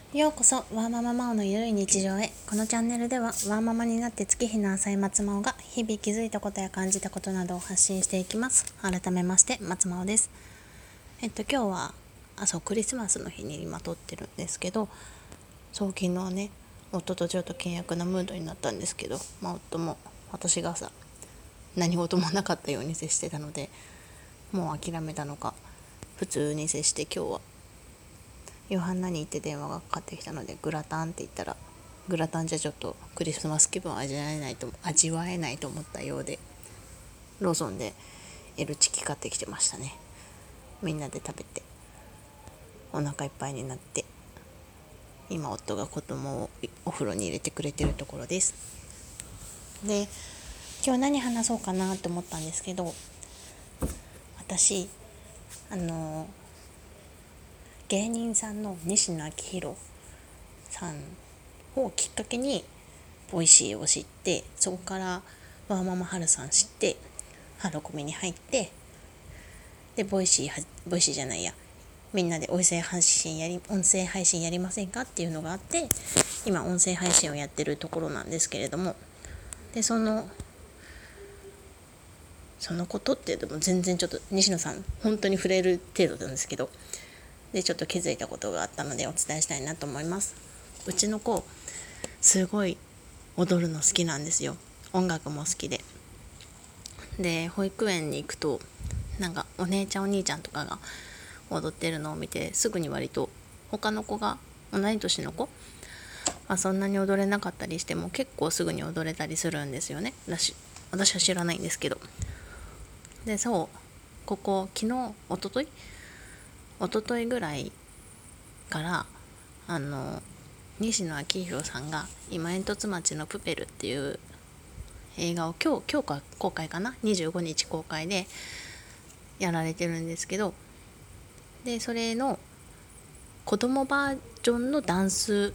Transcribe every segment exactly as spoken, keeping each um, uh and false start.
ようこそワーマママオのゆるい日常へ。このチャンネルではワーママになって月日の浅い松真央が日々気づいたことや感じたことなどを発信していきます。改めまして松真央です。えっと今日はあそうクリスマスの日に今撮ってるんですけど、そう昨日ね夫とちょっと険悪なムードになったんですけど、まあ、夫も私がさ何事もなかったように接してたので、もう諦めたのか普通に接して、今日は夕飯何って電話がかかってきたので、グラタンって言ったら、グラタンじゃちょっとクリスマス気分を味わえないと味わえないと思ったようで、ローソンで L チキ買ってきてましたね。みんなで食べてお腹いっぱいになって、今夫が子供をお風呂に入れてくれてるところです。で、今日何話そうかなって思ったんですけど、私あの芸人さんの西野昭弘さんをきっかけにボイシーを知って、そこからワーママハルさん知って、ハロコミに入って、でボイシーボイシーじゃないやみんなで音声配信やり音声配信やりませんかっていうのがあって、今音声配信をやってるところなんですけれども、でそのそのことってでも全然ちょっと西野さん本当に触れる程度なんですけど、でちょっと気づいたことがあったのでお伝えしたいなと思います。うちの子すごい踊るの好きなんですよ。音楽も好きで、で保育園に行くとなんかお姉ちゃんお兄ちゃんとかが踊ってるのを見て、すぐに割と他の子が同い年の子、まあ、そんなに踊れなかったりしても結構すぐに踊れたりするんですよね。私私は知らないんですけど、でそうここ昨日一昨日一昨日ぐらいからあの西野昭弘さんが今煙突町のプペルっていう映画を今日今日公開かな、にじゅうごにち公開でやられてるんですけど、でそれの子供バージョンのダンス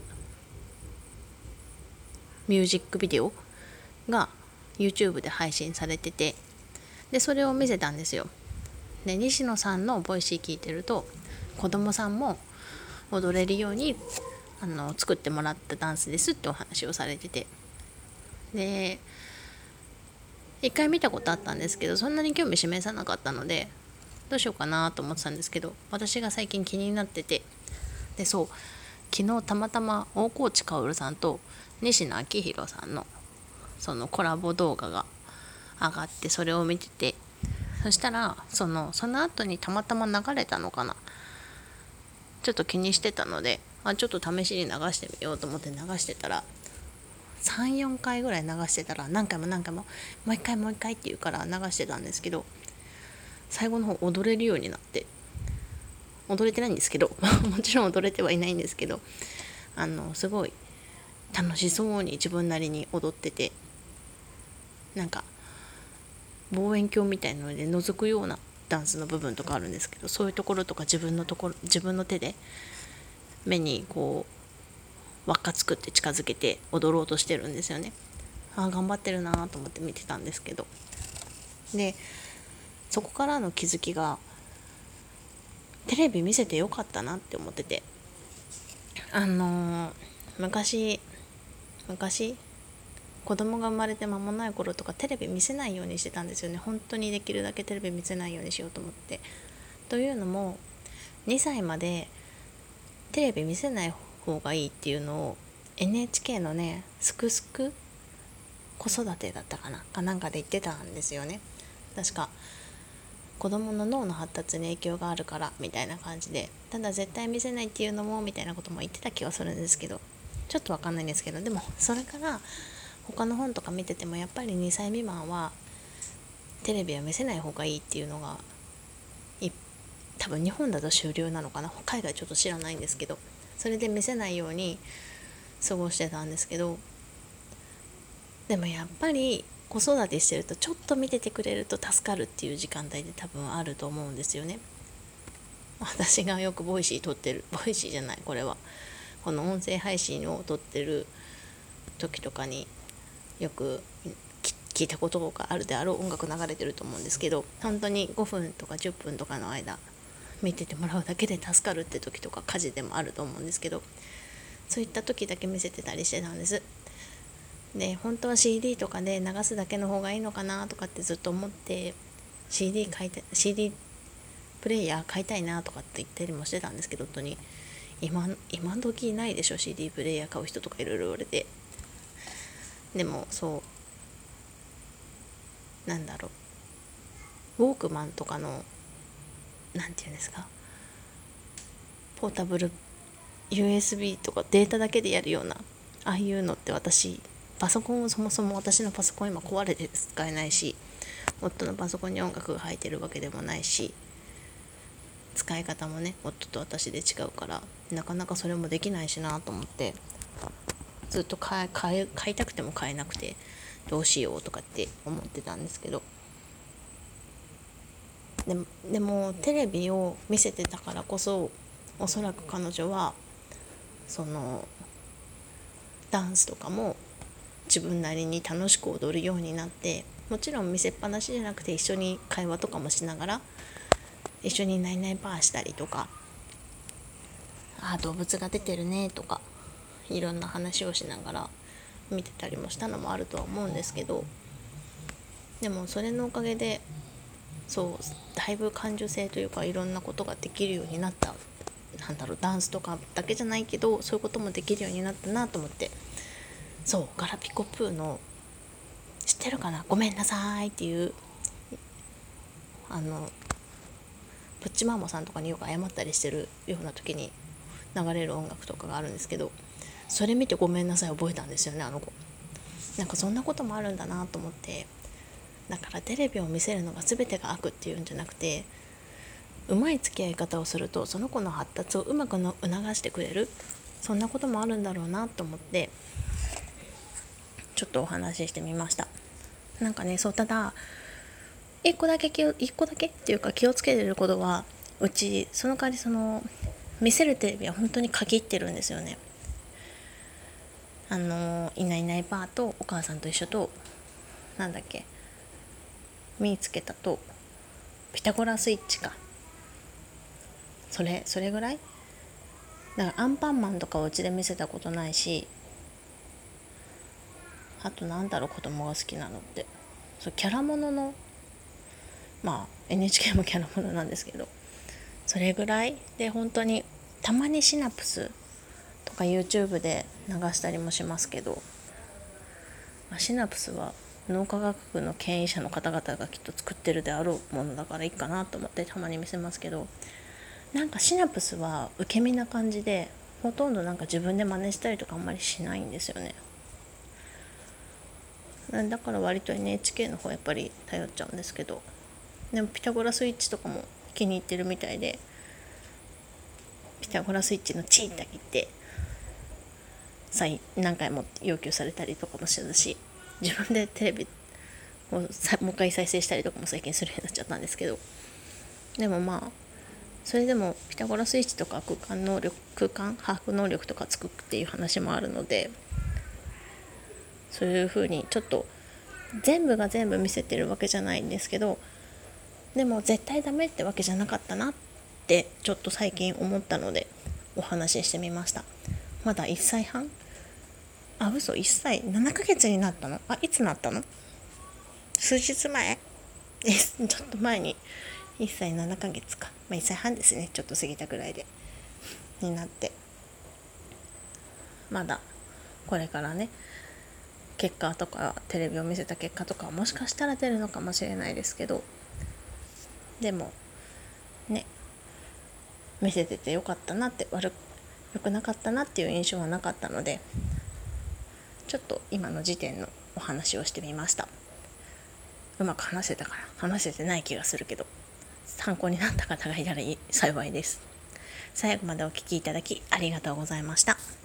ミュージックビデオが YouTube で配信されてて、でそれを見せたんですよ。で西野さんのボイシー聞いてると、子供さんも踊れるようにあの作ってもらったダンスですってお話をされてて、で一回見たことあったんですけど、そんなに興味示さなかったのでどうしようかなと思ってたんですけど、私が最近気になってて、でそう昨日たまたま大河内薫さんと西野昭弘さんのそのコラボ動画が上がって、それを見てて、そしたらそのその後にたまたま流れたのかな、ちょっと気にしてたので、あちょっと試しに流してみようと思って流してたら、さん、よんかいぐらい流してたら、何回も何回ももう一回もう一回って言うから流してたんですけど、最後の方踊れるようになって、踊れてないんですけどもちろん踊れてはいないんですけど、あのすごい楽しそうに自分なりに踊ってて、なんか望遠鏡みたいなので覗くようなダンスの部分とかあるんですけど、そういうところとか自分のところ自分の手で目にこう輪っか作って近づけて踊ろうとしてるんですよね。あ頑張ってるなと思って見てたんですけど、でそこからの気づきが、テレビ見せてよかったなって思ってて、あのー、昔昔子供が生まれて間もない頃とかテレビ見せないようにしてたんですよね。本当にできるだけテレビ見せないようにしようと思って。というのもにさいまでテレビ見せない方がいいっていうのを エヌエイチケー のねすくすく子育てだったかなかなんかで言ってたんですよね。確か子供の脳の発達に影響があるからみたいな感じで、ただ絶対見せないっていうのもみたいなことも言ってた気はするんですけど、ちょっとわかんないんですけど、でもそれから他の本とか見ててもやっぱりにさい未満はテレビは見せない方がいいっていうのが多分日本だと主流なのかな、海外ちょっと知らないんですけど、それで見せないように過ごしてたんですけど、でもやっぱり子育てしてるとちょっと見ててくれると助かるっていう時間帯で多分あると思うんですよね。私がよくボイシー撮ってるボイシーじゃないこれはこの音声配信を撮ってる時とかによく聞いたことがあるであろう音楽流れてると思うんですけど、本当にごふんとかじゅっぷんとかの間見ててもらうだけで助かるって時とか家事でもあると思うんですけど、 そういった時だけ見せてたりしてたんです。で本当は シーディー とかで流すだけの方がいいのかなとかってずっと思って シーディー 買いたい シーディー プレイヤー買いたいなとかって言ったりもしてたんですけど、本当に今今時いないでしょ シーディー プレイヤー買う人とかいろいろ言われて。でもそうなんだろう、ウォークマンとかのなんていうんですか、ポータブル ユーエスビー とかデータだけでやるようなああいうのって、私パソコンをそもそも私のパソコン今壊れて使えないし、夫のパソコンに音楽が入ってるわけでもないし、使い方もね夫と私で違うからなかなかそれもできないしなと思って、ずっと買い、買い、買いたくても買えなくてどうしようとかって思ってたんですけど、でも、でもテレビを見せてたからこそ、おそらく彼女はそのダンスとかも自分なりに楽しく踊るようになって、もちろん見せっぱなしじゃなくて一緒に会話とかもしながら一緒にナイナイパーしたりとか、あ動物が出てるねとかいろんな話をしながら見てたりもしたのもあるとは思うんですけど、でもそれのおかげでそうだいぶ感受性というかいろんなことができるようになった。なんだろう、ダンスとかだけじゃないけどそういうこともできるようになったなと思って。そうガラピコプーの知ってるかな、ごめんなさいっていうあのプッチマーモさんとかによく謝ったりしてるような時に流れる音楽とかがあるんですけど、それ見てごめんなさい覚えたんですよね、あの子。なんかそんなこともあるんだなと思って。だからテレビを見せるのが全てが悪っていうんじゃなくて、うまい付き合い方をするとその子の発達をうまくの促してくれる、そんなこともあるんだろうなと思ってちょっとお話ししてみました。なんかね、そうただ一個だけ気を一個だけっていうか気をつけてることは、うちその代わりその見せるテレビは本当に限ってるんですよね。あのいないいないばあとお母さんと一緒となんだっけ見つけたとピタゴラスイッチか、それそれぐらいだから。アンパンマンとかお家で見せたことないし、あとなんだろう子供が好きなのって、そうキャラもののまあ エヌエイチケー もキャラものなんですけど、それぐらいで本当にたまにシナプスとか YouTube で流したりもしますけど、まあ、シナプスは脳科学部の権威者の方々がきっと作ってるであろうものだからいいかなと思ってたまに見せますけど、なんかシナプスは受け身な感じでほとんどなんか自分で真似したりとかあんまりしないんですよね。だから割と エヌエイチケー の方やっぱり頼っちゃうんですけど、でもピタゴラスイッチとかも気に入ってるみたいで、ピタゴラスイッチのチーだけ言って再何回も要求されたりとかもしてたし、自分でテレビをもう一回再生したりとかも最近するようになっちゃったんですけど、でもまあそれでもピタゴラスイッチとか空間能力空間把握能力とかつくっていう話もあるので、そういう風にちょっと全部が全部見せてるわけじゃないんですけど、でも絶対ダメってわけじゃなかったなってちょっと最近思ったのでお話ししてみました。まだいっさいはん、あ嘘いっさいななかげつになったの、あいつなったの、数日前です。ちょっと前にいっさいななかげつか、まあ、いっさいはんですね、ちょっと過ぎたぐらいでになって、まだこれからね結果とかテレビを見せた結果とかもしかしたら出るのかもしれないですけど、でもね見せててよかったなって、悪良くなかったなっていう印象はなかったので、ちょっと今の時点のお話をしてみました。うまく話せたかな、話せてない気がするけど、参考になった方がいたら幸いです。最後までお聞きいただきありがとうございました。